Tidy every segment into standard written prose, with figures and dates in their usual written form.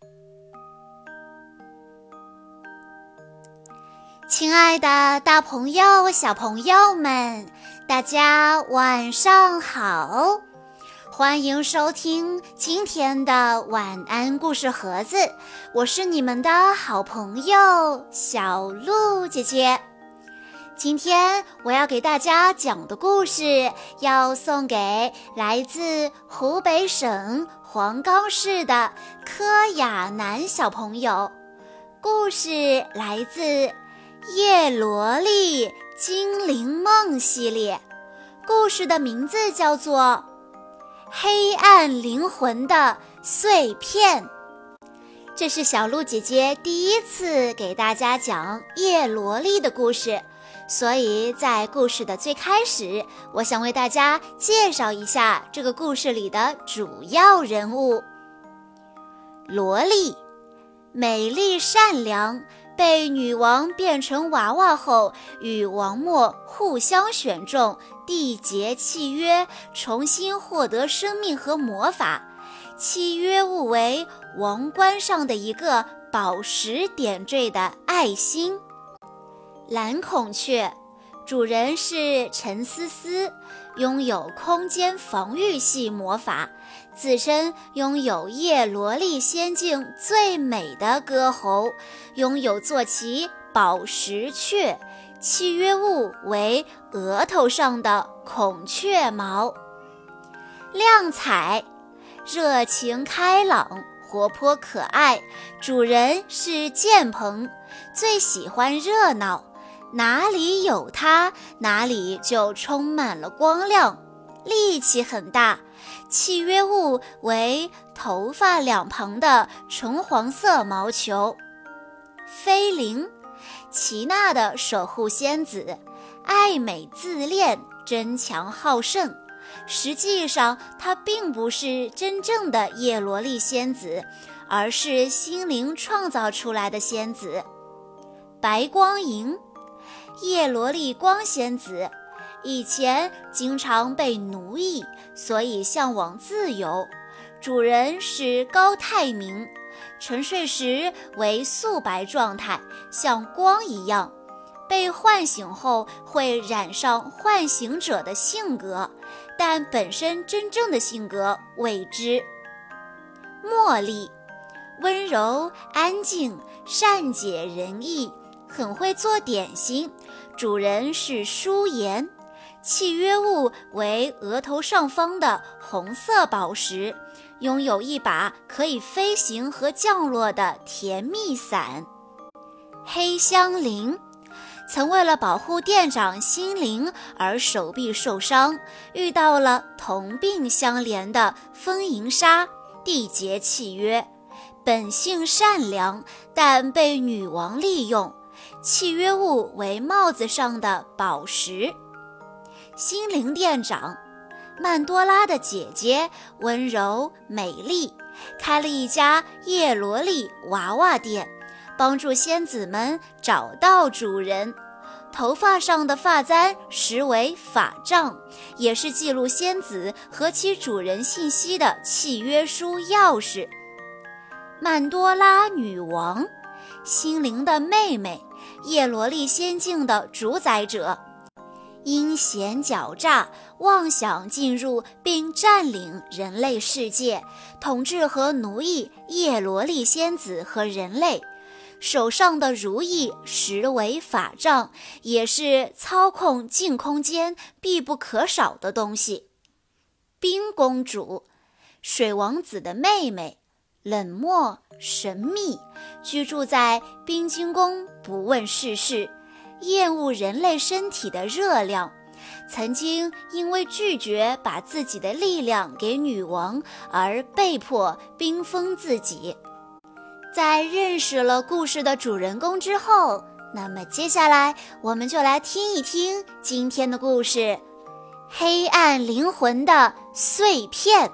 亲爱的大朋友、小朋友们，大家晚上好！欢迎收听今天的晚安故事盒子，我是你们的好朋友小鹿姐姐。今天我要给大家讲的故事要送给来自湖北省黄冈市的柯亚楠小朋友。故事来自叶罗丽精灵梦系列，故事的名字叫做黑暗灵魂的碎片。这是小鹿姐姐第一次给大家讲叶罗丽的故事，所以在故事的最开始，我想为大家介绍一下这个故事里的主要人物。罗丽美丽善良，被女王变成娃娃后，与王默互相选中，缔结契约，重新获得生命和魔法。契约物为王冠上的一个宝石点缀的爱心。蓝孔雀主人是陈思思，拥有空间防御系魔法，自身拥有叶罗丽仙境最美的歌喉，拥有坐骑宝石雀，契约物为额头上的孔雀毛。亮彩热情开朗，活泼可爱，主人是建鹏，最喜欢热闹，哪里有它，哪里就充满了光亮，力气很大，契约物为头发两旁的橙黄色毛球。菲灵齐娜的守护仙子，爱美自恋，争强好胜。实际上她并不是真正的叶罗丽仙子，而是心灵创造出来的仙子。白光莹叶罗丽光仙子，以前经常被奴役，所以向往自由。主人是高泰明，沉睡时为素白状态，像光一样，被唤醒后会染上唤醒者的性格，但本身真正的性格未知。茉莉温柔安静，善解人意，很会做点心，主人是舒颜，契约物为额头上方的红色宝石，拥有一把可以飞行和降落的甜蜜伞。黑香菱曾为了保护店长心灵而手臂受伤，遇到了同病相怜的风银沙，缔结契约，本性善良，但被女王利用，契约物为帽子上的宝石。心灵店长曼多拉的姐姐，温柔美丽，开了一家叶罗丽娃娃店，帮助仙子们找到主人。头发上的发簪实为法杖，也是记录仙子和其主人信息的契约书钥匙。曼多拉女王心灵的妹妹，叶罗丽仙境的主宰者，阴险狡诈，妄想进入并占领人类世界，统治和奴役叶罗丽仙子和人类。手上的如意实为法杖，也是操控净空间必不可少的东西。冰公主水王子的妹妹，冷漠神秘，居住在冰晶宫，不问世事，厌恶人类身体的热量，曾经因为拒绝把自己的力量给女王而被迫冰封自己。在认识了故事的主人公之后，那么接下来我们就来听一听今天的故事：黑暗灵魂的碎片。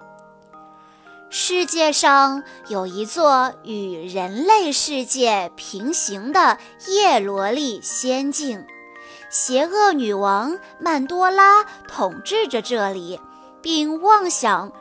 世界上有一座与人类世界平行的叶罗丽仙境，邪恶女王曼多拉统治着这里，并妄想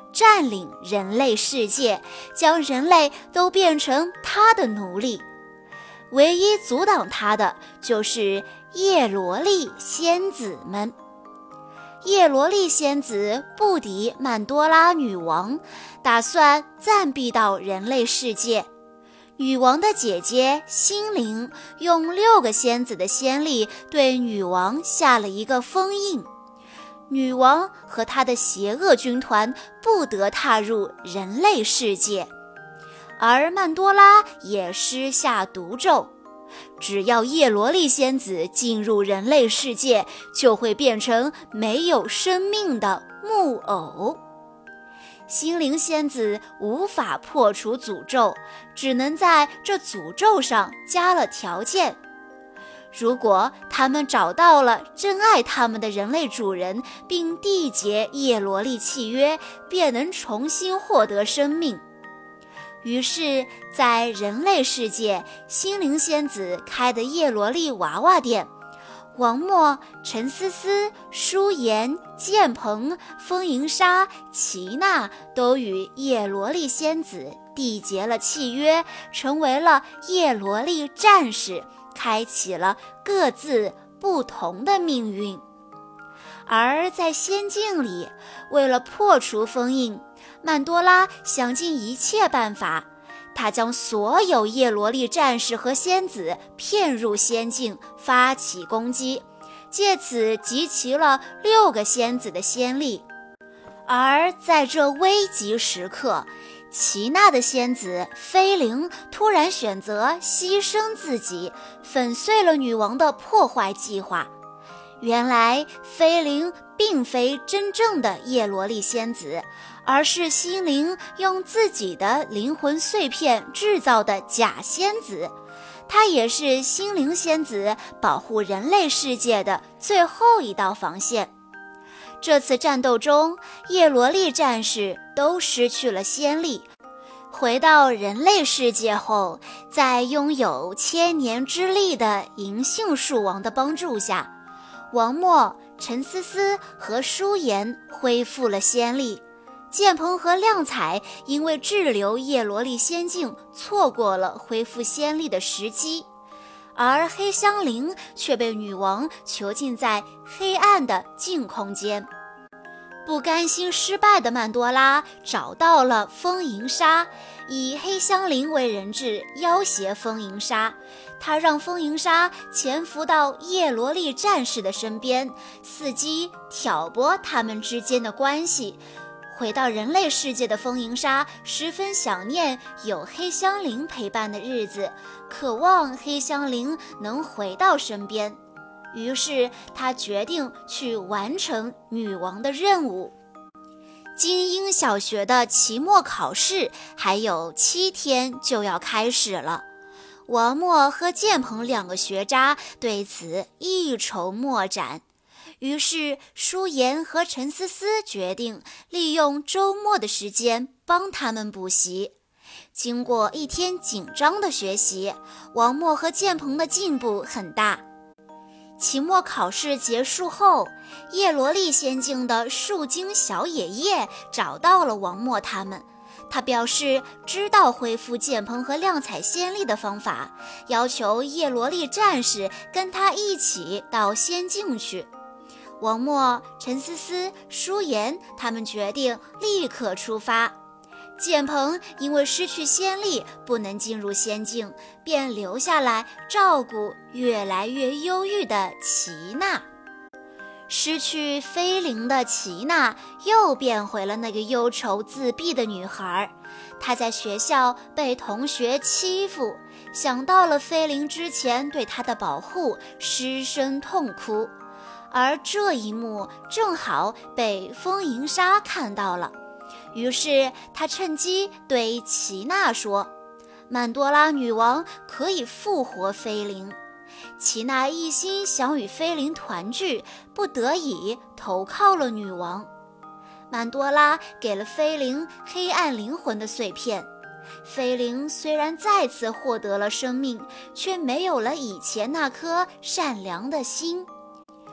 占领人类世界，将人类都变成他的奴隶。唯一阻挡他的就是叶罗丽仙子们。叶罗丽仙子不敌曼多拉女王，打算暂避到人类世界。女王的姐姐心灵用6个仙子的仙力对女王下了一个封印，女王和她的邪恶军团不得踏入人类世界。而曼多拉也施下毒咒，只要叶罗丽仙子进入人类世界，就会变成没有生命的木偶。心灵仙子无法破除诅咒，只能在这诅咒上加了条件。如果他们找到了真爱他们的人类主人，并缔结叶罗丽契约，便能重新获得生命。于是在人类世界，心灵仙子开的叶罗丽娃娃店，王默、陈思思、舒言、建鹏、风银沙、齐娜都与叶罗丽仙子缔结了契约，成为了叶罗丽战士，开启了各自不同的命运。而在仙境里，为了破除封印，曼多拉想尽一切办法，他将所有叶罗丽战士和仙子骗入仙境，发起攻击，借此集齐了6个仙子的仙力。而在这危急时刻，齐娜的仙子菲灵突然选择牺牲自己，粉碎了女王的破坏计划。原来菲灵并非真正的叶罗丽仙子，而是心灵用自己的灵魂碎片制造的假仙子。她也是心灵仙子保护人类世界的最后一道防线。这次战斗中，叶罗丽战士都失去了仙力。回到人类世界后，在拥有1000年之力的银杏树王的帮助下，王默、陈思思和舒言恢复了仙力。建鹏和亮彩因为滞留叶罗丽仙境，错过了恢复仙力的时机，而黑香菱却被女王囚禁在黑暗的净空间。不甘心失败的曼多拉找到了风银沙，以黑香菱为人质要挟风银沙。他让风银沙潜伏到叶罗丽战士的身边，伺机挑拨他们之间的关系。回到人类世界的风银沙十分想念有黑香菱陪伴的日子，渴望黑香菱能回到身边。于是他决定去完成女王的任务。精英小学的期末考试还有7天就要开始了，王默和建鹏2个学渣对此一筹莫展。于是舒言和陈思思决定利用周末的时间帮他们补习。经过1天紧张的学习，王默和建鹏的进步很大。期末考试结束后，叶罗丽仙境的树精小野叶找到了王默他们，他表示知道恢复建鹏和亮彩仙力的方法，要求叶罗丽战士跟他一起到仙境去。王默、陈思思、舒言他们决定立刻出发。建鹏因为失去仙力不能进入仙境，便留下来照顾越来越忧郁的齐娜。失去菲灵的齐娜又变回了那个忧愁自闭的女孩。她在学校被同学欺负，想到了菲灵之前对她的保护，失声痛哭。而这一幕正好被风银沙看到了，于是他趁机对齐娜说，曼多拉女王可以复活菲灵。齐娜一心想与菲灵团聚，不得已投靠了女王。曼多拉给了菲灵黑暗灵魂的碎片，菲灵虽然再次获得了生命，却没有了以前那颗善良的心。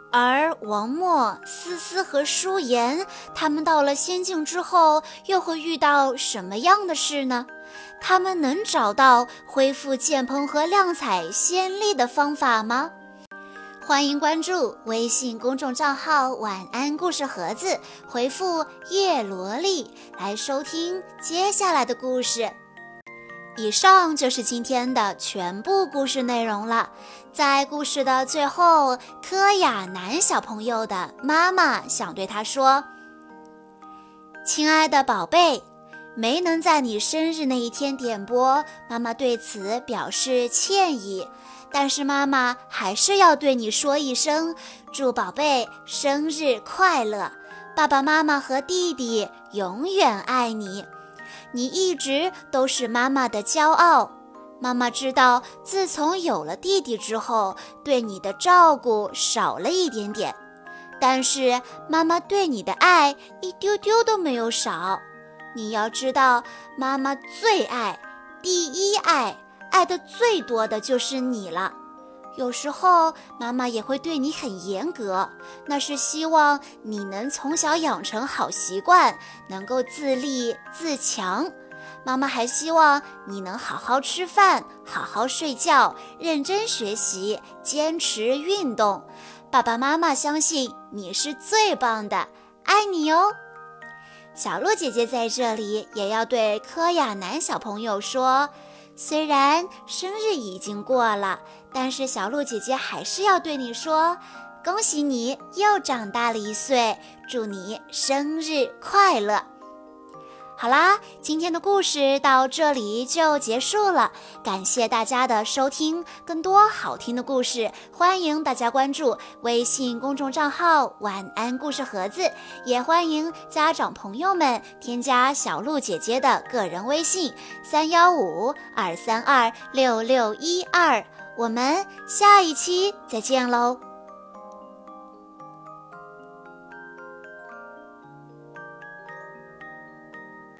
而王默、思思和舒言，他们到了仙境之后，又会遇到什么样的事呢？他们能找到恢复剑鹏和亮彩仙力的方法吗？欢迎关注微信公众账号晚安故事盒子，回复叶罗丽来收听接下来的故事。以上就是今天的全部故事内容了。在故事的最后，柯亚楠小朋友的妈妈想对他说：亲爱的宝贝，没能在你生日那一天点播，妈妈对此表示歉意，但是妈妈还是要对你说一声，祝宝贝生日快乐，爸爸妈妈和弟弟永远爱你，你一直都是妈妈的骄傲。妈妈知道自从有了弟弟之后，对你的照顾少了一点点，但是妈妈对你的爱一丢丢都没有少。你要知道，妈妈最爱，第一爱的最多的就是你了。有时候妈妈也会对你很严格，那是希望你能从小养成好习惯，能够自立自强。妈妈还希望你能好好吃饭，好好睡觉，认真学习，坚持运动。爸爸妈妈相信你是最棒的，爱你哦。小鹿姐姐在这里也要对柯亚楠小朋友说，虽然生日已经过了，但是小鹿姐姐还是要对你说，恭喜你又长大了1岁，祝你生日快乐。好啦，今天的故事到这里就结束了，感谢大家的收听，更多好听的故事，欢迎大家关注微信公众账号晚安故事盒子，也欢迎家长朋友们添加小鹿姐姐的个人微信315-232-6612，我们下一期再见喽。